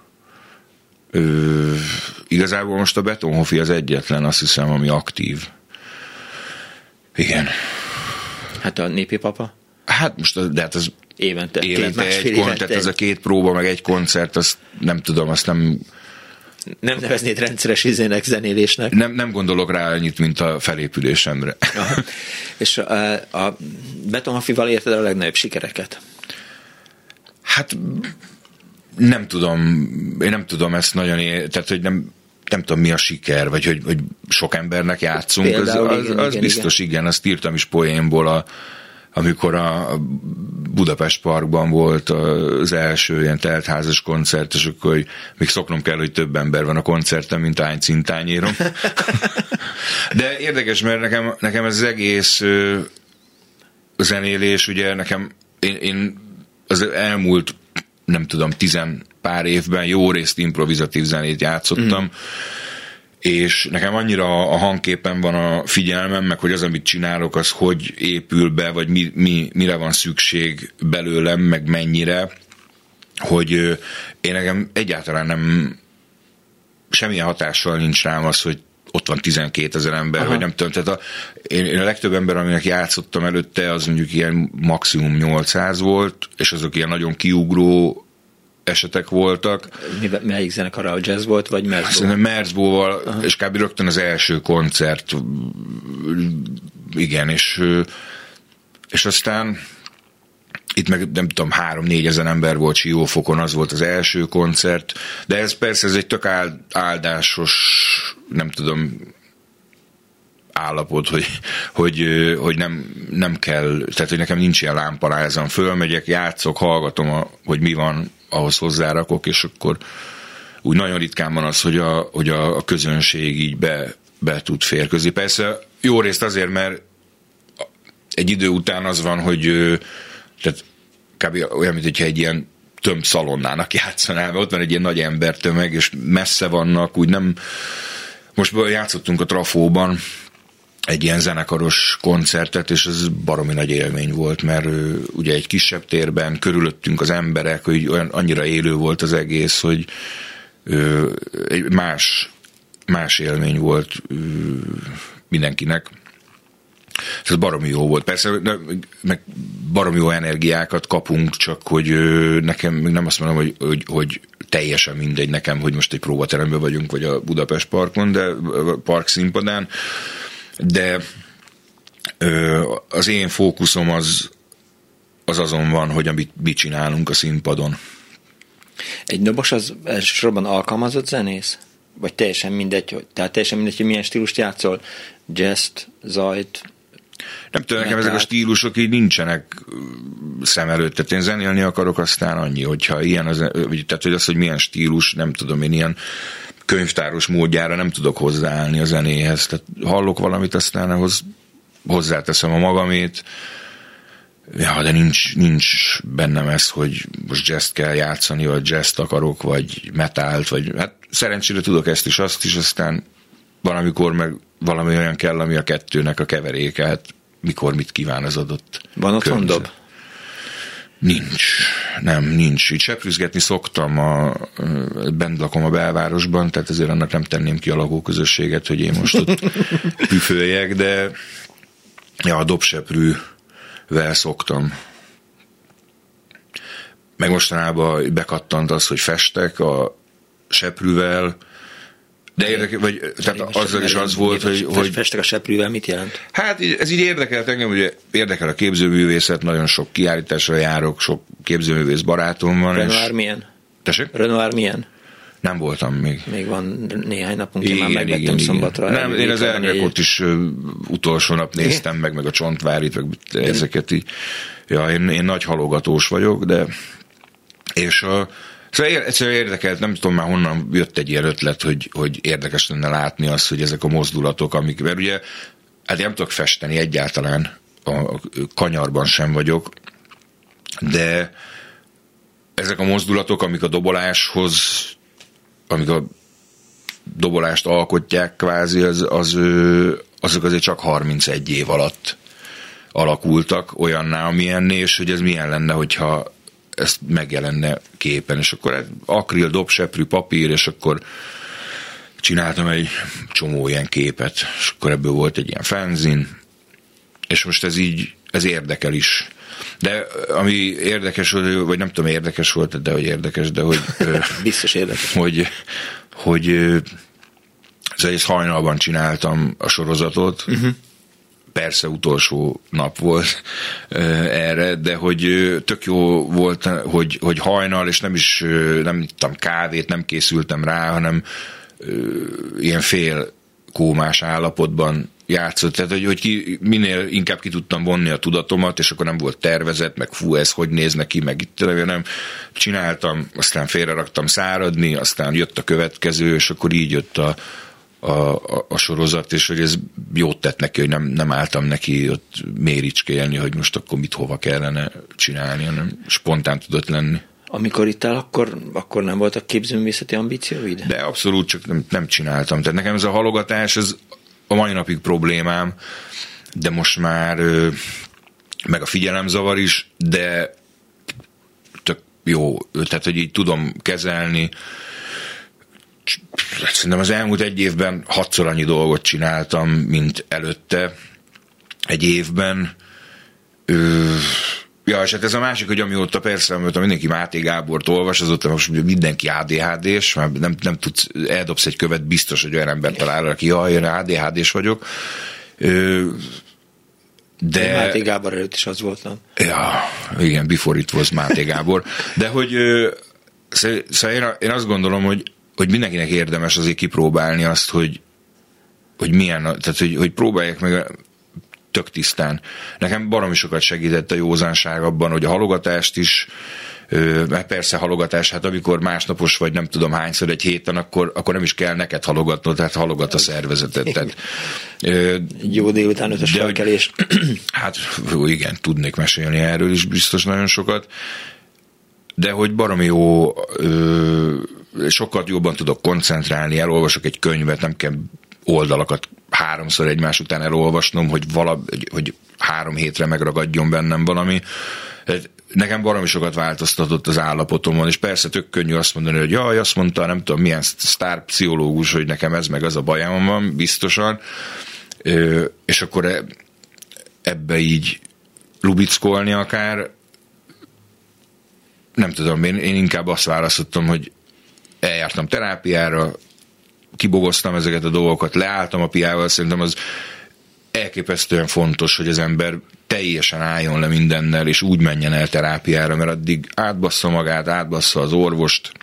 Ö, igazából most a Betonhofi az egyetlen, azt hiszem, ami aktív. Igen. Hát a Népi Papa? Hát most, de hát az évente, évente egy koncert, ez a két próba, meg egy koncert, azt nem tudom, azt nem... Nem neveznéd rendszeres izének, zenélésnek? Nem, nem gondolok rá annyit, mint a felépülésemre. Aha. És a, a Betonhofival érted a legnagyobb sikereket? Hát nem tudom, én nem tudom ezt nagyon, ér, tehát hogy nem, nem tudom mi a siker, vagy hogy, hogy sok embernek játszunk, például, az, az, igen, az igen, biztos igen. igen, azt írtam is poénból, a, amikor a Budapest Parkban volt az első ilyen teltházas koncert, és akkor hogy még szoknom kell, hogy több ember van a koncerten, mint ány cintányérom. De érdekes, mert nekem, nekem ez az egész zenélés, ugye nekem én, én az elmúlt nem tudom, tizen pár évben jó részt improvizatív zenét játszottam, mm. és nekem annyira a hangképen van a figyelmem, meg hogy az, amit csinálok, az hogy épül be, vagy mi, mi, mire van szükség belőlem, meg mennyire, hogy én nekem egyáltalán nem semmilyen hatással nincs rám az, hogy ott van tizenkétezer ember, aha. vagy nem tudom, tehát a, én, én a legtöbb ember, aminek játszottam előtte, az mondjuk ilyen maximum nyolcszáz volt, és azok ilyen nagyon kiugró esetek voltak. Melyik zenekar, a jazz volt, vagy Merzbo? Szerintem Merzbóval, aha. és kb. Rögtön az első koncert, igen, és, és aztán itt meg nem tudom, három-négy ezer ember volt Siófokon, az volt az első koncert, de ez persze ez egy tök áldásos, nem tudom, állapot, hogy, hogy, hogy nem, nem kell, tehát hogy nekem nincs ilyen lámpalázam, fölmegyek, játszok, hallgatom, a, hogy mi van, ahhoz hozzárakok, és akkor úgy nagyon ritkán van az, hogy a, hogy a, a közönség így be, be tud férkőzni. Persze jó részt azért, mert egy idő után az van, hogy tehát kb. Olyan, mint hogyha egy ilyen tömbszalonnának játszanál, mert ott van egy ilyen nagy embertömeg, és messze vannak, úgy nem... Most játszottunk a Trafóban egy ilyen zenekaros koncertet, és ez baromi nagy élmény volt, mert ugye egy kisebb térben körülöttünk az emberek, hogy olyan annyira élő volt az egész, hogy egy más, más élmény volt mindenkinek. Ez baromi jó volt. Persze meg baromi jó energiákat kapunk, csak hogy nekem még nem azt mondom, hogy, hogy, hogy teljesen mindegy nekem, hogy most egy próbateremben vagyunk, vagy a Budapest Parkon, de park színpadán, de az én fókuszom az, az azon van, hogy amit mi csinálunk a színpadon. Egy dobos az elsősorban alkalmazott zenész? Vagy teljesen mindegy, hogy, tehát teljesen mindegy, hogy milyen stílust játszol? Jazz-t, zajt? Nem tudom, nekem ezek a stílusok így nincsenek szem előtt. Tehát én zenélni akarok, aztán annyi, hogyha ilyen az, tehát hogy az, hogy milyen stílus, nem tudom, én ilyen könyvtáros módjára nem tudok hozzáállni a zenéhez. Tehát hallok valamit, aztán ahhoz hozzáteszem a magamét. Ja, de nincs, nincs bennem ez, hogy most jazzt kell játszani, vagy jazzt akarok, vagy metált, vagy hát szerencsére tudok ezt is, azt is, aztán valamikor meg valami olyan kell, ami a kettőnek a keveréke, hát mikor mit kíván az adott. Van otthon dob? Nincs, nem, nincs. Így seprűzgetni szoktam, a, bent lakom a belvárosban, tehát ezért annak nem tenném ki a lakóközösséget, hogy én most ott püföljek, de ja, a dobseprűvel szoktam. Meg mostanában bekattant az, hogy festek a seprűvel, de érdekel, vagy tehát én azzal is az volt, hogy, hogy... Festek a seprűvel, mit jelent? Hát ez így érdekelt engem, ugye érdekel a képzőművészet, nagyon sok kiállításra járok, sok képzőművész barátom van. Renoir és... milyen? Tessék? Renoir milyen? Nem voltam még. Még van néhány napunk, igen, én már megvettem igen, szombatra. Igen. Nem, én az Elgekot is uh, utolsó nap néztem meg, meg a Csontvárit, meg de ezeket így. Ja, én, én nagy halogatós vagyok, de és a Szóval egyszerűen érdekelt, nem tudom már honnan jött egy ilyen ötlet, hogy, hogy érdekes lenne látni azt, hogy ezek a mozdulatok, amik, mert ugye, hát én nem tudok festeni egyáltalán, a kanyarban sem vagyok, de ezek a mozdulatok, amik a doboláshoz, amik a dobolást alkotják kvázi, az, az, azok azért csak harmincegy év alatt alakultak olyanná, amilyenné, és hogy ez milyen lenne, hogyha ezt megjelenne képen, és akkor akril, dobseprű, papír, és akkor csináltam egy csomó ilyen képet, és akkor ebből volt egy ilyen fanzin, és most ez így, ez érdekel is. De ami érdekes volt, vagy nem tudom, érdekes volt, de hogy érdekes, de hogy... Biztos érdekes. Hogy, hogy ez egész hajnalban csináltam a sorozatot, uh-huh. Persze utolsó nap volt erre, de hogy tök jó volt, hogy, hogy hajnal, és nem is, nem ittam kávét, nem készültem rá, hanem ilyen fél kómás állapotban játszott, tehát hogy, hogy ki, minél inkább ki tudtam vonni a tudatomat, és akkor nem volt tervezet, meg fú, ez hogy néz neki, meg itt nem csináltam, aztán félreraktam száradni, aztán jött a következő, és akkor így jött a, a, a, a sorozat, és hogy ez jót tett neki, hogy nem, nem álltam neki ott méricskélni, hogy most akkor mit hova kellene csinálni, hanem spontán tudott lenni. Amikor itt áll, akkor, akkor nem voltak képzőművészeti ambícióid? De abszolút, csak nem, nem csináltam. Tehát nekem ez a halogatás, ez a mai napig problémám, de most már meg a figyelemzavar is, de tök jó, tehát hogy így tudom kezelni. Szerintem az elmúlt egy évben hatszor annyi dolgot csináltam, mint előtte egy évben. Ö, ja, és hát ez a másik, hogy amióta persze, amióta mindenki Máté Gábort olvas, azóta most mindenki á dé há dés, mert nem, nem tudsz, eldobsz egy követ, biztos, hogy olyan ember talál, aki jaj, én á dé há dés vagyok. Ö, de... Máté Gábor előtt is az volt, nem? Ja, igen, before it was Máté Gábor. De hogy szóval én azt gondolom, hogy, hogy mindenkinek érdemes azért kipróbálni azt, hogy, hogy milyen, tehát hogy, hogy próbálják meg tök tisztán. Nekem baromi sokat segített a józanság abban, hogy a halogatást is, mert persze halogatás, hát amikor másnapos vagy nem tudom hányszor egy héten, akkor, akkor nem is kell neked halogatnod, tehát halogat a szervezetet. Tehát, jó délután ötös felkelés. Hát igen, tudnék mesélni erről is biztos nagyon sokat, de hogy baromi jó, sokat jobban tudok koncentrálni, elolvasok egy könyvet, nem kell oldalakat háromszor egymás után elolvasnom, hogy, vala, hogy három hétre megragadjon bennem valami. Nekem valami sokat változtatott az állapotomon, és persze tök könnyű azt mondani, hogy jaj, azt mondta, nem tudom, milyen sztárpszichológus, hogy nekem ez meg az a bajom van, biztosan, és akkor ebbe így lubickolni akár, nem tudom, én, én inkább azt választottam, hogy eljártam terápiára, kibogoztam ezeket a dolgokat, leálltam a piával, szerintem az elképesztően fontos, hogy az ember teljesen álljon le mindennel, és úgy menjen el terápiára, mert addig átbassza magát, átbassza az orvost,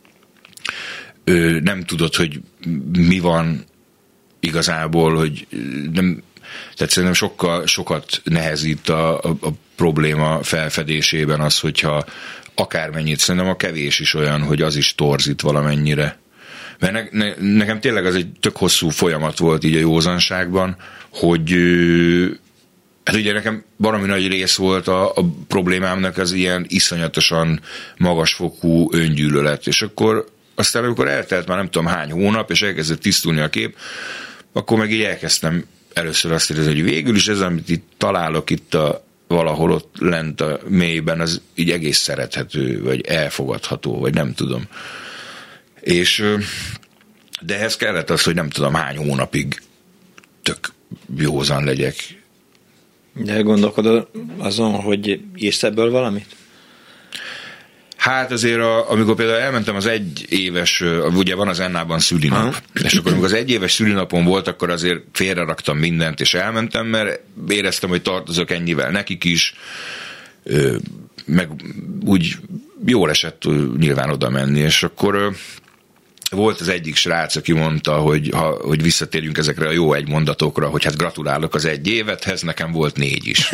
ő nem tudod, hogy mi van igazából, hogy nem, tehát szerintem sokkal, sokat nehezít a, a, a probléma felfedésében az, hogyha akármennyit, szerintem a kevés is olyan, hogy az is torzít valamennyire. Mert ne, ne, nekem tényleg az egy tök hosszú folyamat volt így a józanságban, hogy hát ugye nekem baromi nagy rész volt a, a problémámnak az ilyen iszonyatosan magasfokú öngyűlölet, és akkor aztán amikor eltelt már nem tudom hány hónap, és elkezdett tisztulni a kép, akkor meg így elkezdtem először azt érezni, hogy végül is ez, amit itt találok itt a valahol ott lent a mélyben, az így egész szerethető, vagy elfogadható, vagy nem tudom. És de ehhez kellett az, hogy nem tudom hány hónapig tök józan legyek. De gondolkodod azon, hogy írsz ebből valamit? Hát azért, a, amikor például elmentem az egy éves, ugye van az Ennában szülinap, aha. És akkor amikor az egy éves szülinapon volt, akkor azért félreraktam mindent, és elmentem, mert éreztem, hogy tartozok ennyivel nekik is, meg úgy jól esett nyilván oda menni, és akkor volt az egyik srác, aki mondta, hogy, ha, hogy visszatérjünk ezekre a jó egy mondatokra, hogy hát gratulálok az egy évethez, nekem volt négy is.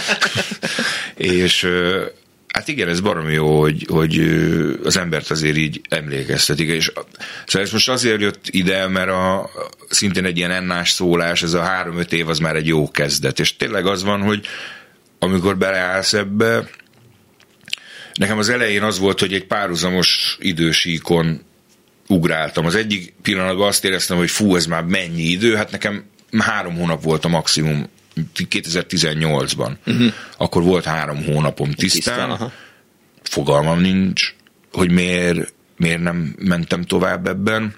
És hát igen, ez baromi jó, hogy, hogy az embert azért így emlékeztetik. És szóval ez most azért jött ide, mert a, szintén egy ilyen ennás szólás, ez a három-öt év az már egy jó kezdet. És tényleg az van, hogy amikor beleállsz ebbe, nekem az elején az volt, hogy egy párhuzamos idősíkon ugráltam. Az egyik pillanatban azt éreztem, hogy fú, ez már mennyi idő, hát nekem három hónap volt a maximum kétezer-tizennyolcban. Uh-huh. Akkor volt három hónapom tisztán. tisztán Fogalmam nincs, hogy miért, miért nem mentem tovább ebben.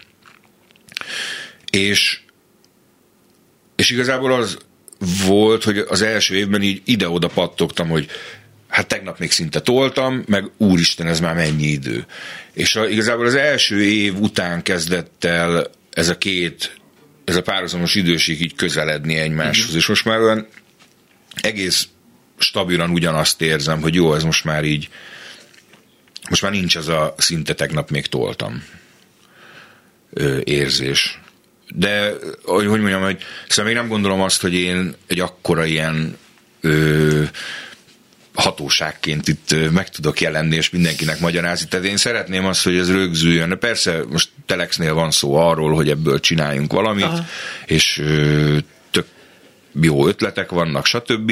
És, és igazából az volt, hogy az első évben így ide-oda pattogtam, hogy hát tegnap még szinte toltam, meg úristen, ez már mennyi idő. És a, igazából az első év után kezdett el ez a két, ez a párhuzamos időség így közeledni egymáshoz, mm-hmm. és most már olyan egész stabilan ugyanazt érzem, hogy jó, ez most már így, most már nincs ez a szinte tegnap még toltam ö, érzés. De, hogy mondjam, hogy szóval még nem gondolom azt, hogy én egy akkora ilyen ö, hatóságként itt meg tudok jelenni, és mindenkinek magyarázni. Tehát én szeretném azt, hogy ez rögzüljön. Persze most Telexnél van szó arról, hogy ebből csináljunk valamit, aha. és ö, tök jó ötletek vannak, stb.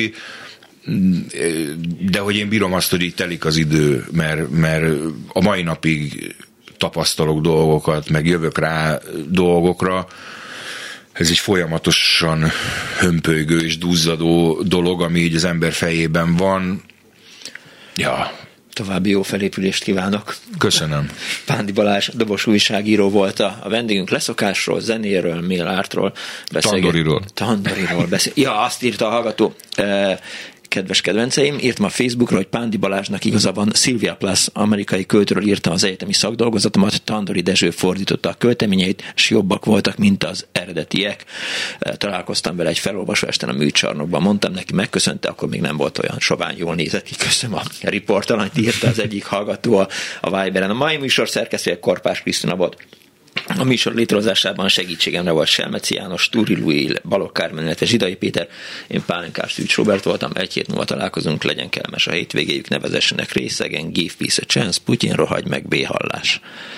De hogy én bírom azt, hogy így telik az idő, mert, mert a mai napig tapasztalok dolgokat, meg jövök rá dolgokra. Ez egy folyamatosan hömpölygő és duzzadó dolog, ami így az ember fejében van. Ja. További jó felépülést kívánok. Köszönöm. Pándi Balázs dobos újságíró volt a, a vendégünk. Leszokásról, zenéről, mail artról beszélget. Tandoriról. Tandoriról beszél. Ja, azt írta a hallgató. E- Kedves kedvenceim, írtam a Facebookra, hogy Pándi Balázsnak igazabban Sylvia Plath amerikai költőről írtam az egyetemi szakdolgozatomat, Tandori Dezső fordította a költeményeit, és jobbak voltak, mint az eredetiek. Találkoztam vele egy felolvasó esten a műcsarnokban, mondtam neki, megköszönte, akkor még nem volt olyan sovány, jól nézett ki, köszönöm a riportalant, írta az egyik hallgató a, a Viberen. A mai műsor szerkesztője Korpás Krisztina volt. A műsor létrehozásában segítségemre volt Selmeci János, Túri Louis, Balogh Kármen, illetve Zsidai Péter. Én Pálinkás Szűcs Robert voltam, egy hét múlva találkozunk, legyen kellemes a hétvégéjük, nevezessenek részegen, give peace a chance, Putyin rohagy meg, B-hallás.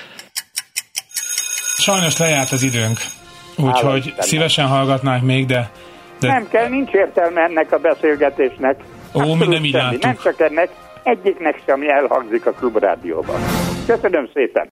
Sajnos lejárt az időnk, úgyhogy szívesen hallgatnánk még, de, de... Nem kell, nincs értelme ennek a beszélgetésnek. Ó, mi nem így láttuk. Nem csak ennek, egyiknek sem elhangzik a Klubrádióban. Köszönöm szépen!